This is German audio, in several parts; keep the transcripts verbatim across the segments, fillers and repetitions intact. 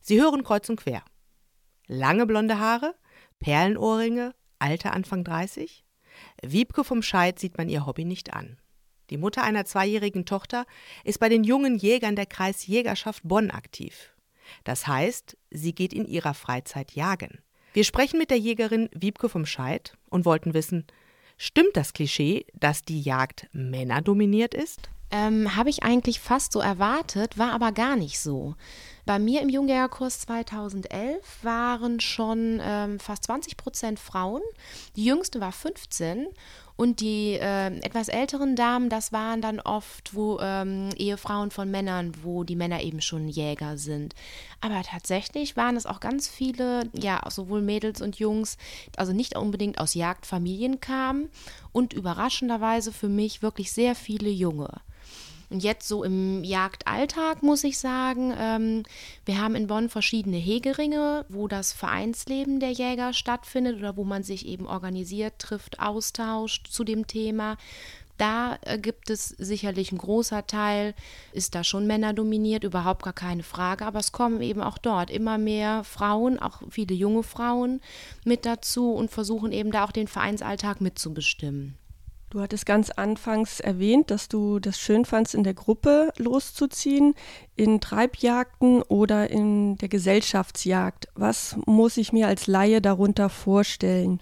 Sie hören kreuz und quer. Lange blonde Haare, Perlenohrringe, Alter Anfang dreißig? Wiebke vom Scheid sieht man ihr Hobby nicht an. Die Mutter einer zweijährigen Tochter ist bei den jungen Jägern der Kreisjägerschaft Bonn aktiv. Das heißt, sie geht in ihrer Freizeit jagen. Wir sprechen mit der Jägerin Wiebke vom Scheid und wollten wissen, stimmt das Klischee, dass die Jagd männerdominiert ist? Ähm, habe ich eigentlich fast so erwartet, war aber gar nicht so. Bei mir im Jungjägerkurs zweitausendelf waren schon ähm, fast zwanzig Prozent Frauen. Die jüngste war fünfzehn und die äh, etwas älteren Damen, das waren dann oft wo, ähm, Ehefrauen von Männern, wo die Männer eben schon Jäger sind. Aber tatsächlich waren es auch ganz viele, ja, sowohl Mädels und Jungs, also nicht unbedingt aus Jagdfamilien kamen und überraschenderweise für mich wirklich sehr viele Junge. Und jetzt so im Jagdalltag muss ich sagen, ähm, wir haben in Bonn verschiedene Hegeringe, wo das Vereinsleben der Jäger stattfindet oder wo man sich eben organisiert, trifft, austauscht zu dem Thema. Da äh, gibt es sicherlich ein großer Teil, ist da schon männerdominiert, überhaupt gar keine Frage, aber es kommen eben auch dort immer mehr Frauen, auch viele junge Frauen mit dazu und versuchen eben da auch den Vereinsalltag mitzubestimmen. Du hattest ganz anfangs erwähnt, dass du das schön fandst, in der Gruppe loszuziehen, in Treibjagden oder in der Gesellschaftsjagd. Was muss ich mir als Laie darunter vorstellen?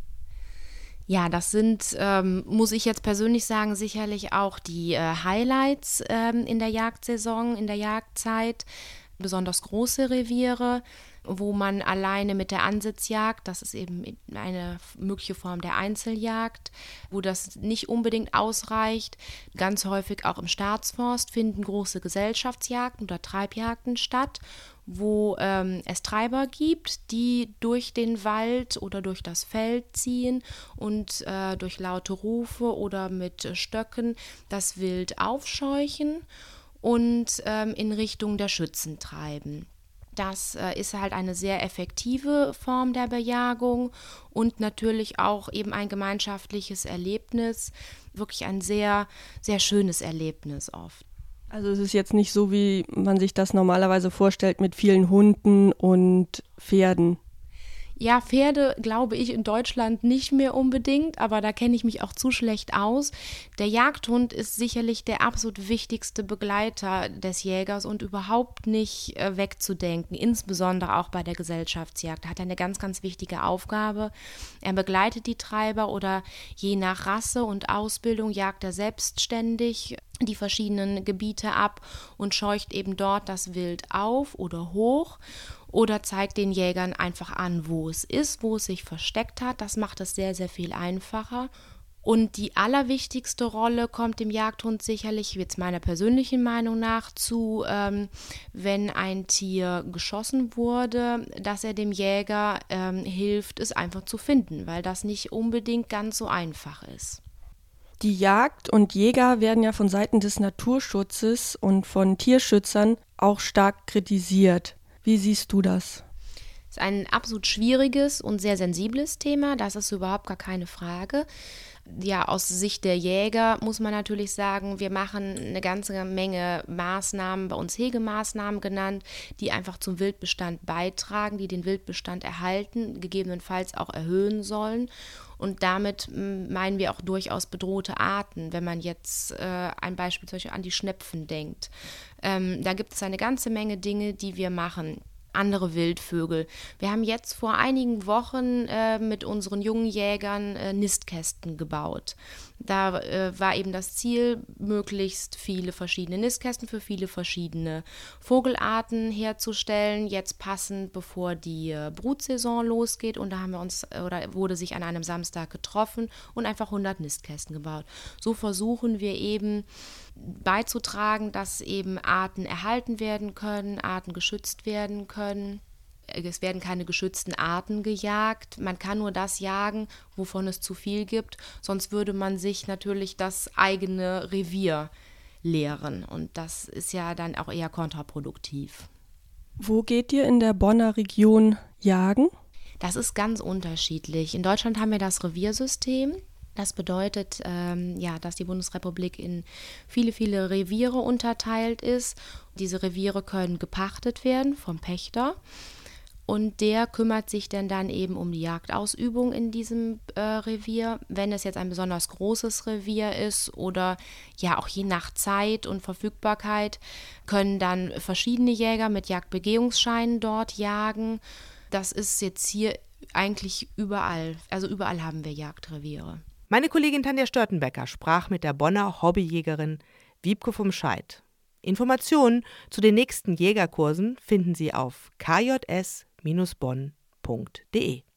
Ja, das sind, ähm, muss ich jetzt persönlich sagen, sicherlich auch die äh, Highlights ähm, in der Jagdsaison, in der Jagdzeit. Besonders große Reviere, wo man alleine mit der Ansitzjagd, das ist eben eine mögliche Form der Einzeljagd, wo das nicht unbedingt ausreicht. Ganz häufig auch im Staatsforst finden große Gesellschaftsjagden oder Treibjagden statt, wo ähm, es Treiber gibt, die durch den Wald oder durch das Feld ziehen und äh, durch laute Rufe oder mit Stöcken das Wild aufscheuchen und ähm, in Richtung der Schützen treiben. Das äh, ist halt eine sehr effektive Form der Bejagung und natürlich auch eben ein gemeinschaftliches Erlebnis, wirklich ein sehr, sehr schönes Erlebnis oft. Also es ist jetzt nicht so, wie man sich das normalerweise vorstellt mit vielen Hunden und Pferden. Ja, Pferde glaube ich in Deutschland nicht mehr unbedingt, aber da kenne ich mich auch zu schlecht aus. Der Jagdhund ist sicherlich der absolut wichtigste Begleiter des Jägers und überhaupt nicht äh, wegzudenken, insbesondere auch bei der Gesellschaftsjagd. Er hat eine ganz, ganz wichtige Aufgabe. Er begleitet die Treiber oder je nach Rasse und Ausbildung jagt er selbstständig die verschiedenen Gebiete ab und scheucht eben dort das Wild auf oder hoch oder zeigt den Jägern einfach an, wo es ist, wo es sich versteckt hat. Das macht es sehr, sehr viel einfacher. Und die allerwichtigste Rolle kommt dem Jagdhund sicherlich, jetzt meiner persönlichen Meinung nach, zu, ähm, wenn ein Tier geschossen wurde, dass er dem Jäger ähm, hilft, es einfach zu finden, weil das nicht unbedingt ganz so einfach ist. Die Jagd und Jäger werden ja von Seiten des Naturschutzes und von Tierschützern auch stark kritisiert. Wie siehst du das? Das ist ein absolut schwieriges und sehr sensibles Thema, das ist überhaupt gar keine Frage. Ja, aus Sicht der Jäger muss man natürlich sagen, wir machen eine ganze Menge Maßnahmen, bei uns Hegemaßnahmen genannt, die einfach zum Wildbestand beitragen, die den Wildbestand erhalten, gegebenenfalls auch erhöhen sollen. Und damit meinen wir auch durchaus bedrohte Arten, wenn man jetzt äh, ein Beispiel zum Beispiel an die Schnepfen denkt. Ähm, da gibt es eine ganze Menge Dinge, die wir machen. Andere Wildvögel. Wir haben jetzt vor einigen Wochen äh, mit unseren jungen Jägern äh, Nistkästen gebaut. Da äh, war eben das Ziel, möglichst viele verschiedene Nistkästen für viele verschiedene Vogelarten herzustellen, jetzt passend, bevor die äh, Brutsaison losgeht. Und da haben wir uns, oder wurde sich an einem Samstag getroffen und einfach hundert Nistkästen gebaut. So versuchen wir eben beizutragen, dass eben Arten erhalten werden können, Arten geschützt werden können. Es werden keine geschützten Arten gejagt. Man kann nur das jagen, wovon es zu viel gibt. Sonst würde man sich natürlich das eigene Revier leeren. Und das ist ja dann auch eher kontraproduktiv. Wo geht ihr in der Bonner Region jagen? Das ist ganz unterschiedlich. In Deutschland haben wir das Reviersystem. Das bedeutet, ähm, ja, dass die Bundesrepublik in viele, viele Reviere unterteilt ist. Diese Reviere können gepachtet werden vom Pächter. Und der kümmert sich dann, dann eben um die Jagdausübung in diesem äh, Revier. Wenn es jetzt ein besonders großes Revier ist oder ja auch je nach Zeit und Verfügbarkeit, können dann verschiedene Jäger mit Jagdbegehungsscheinen dort jagen. Das ist jetzt hier eigentlich überall. Also überall haben wir Jagdreviere. Meine Kollegin Tanja Störtenbecker sprach mit der Bonner Hobbyjägerin Wiebke vom Scheid. Informationen zu den nächsten Jägerkursen finden Sie auf k j s Bindestrich bonn punkt d e.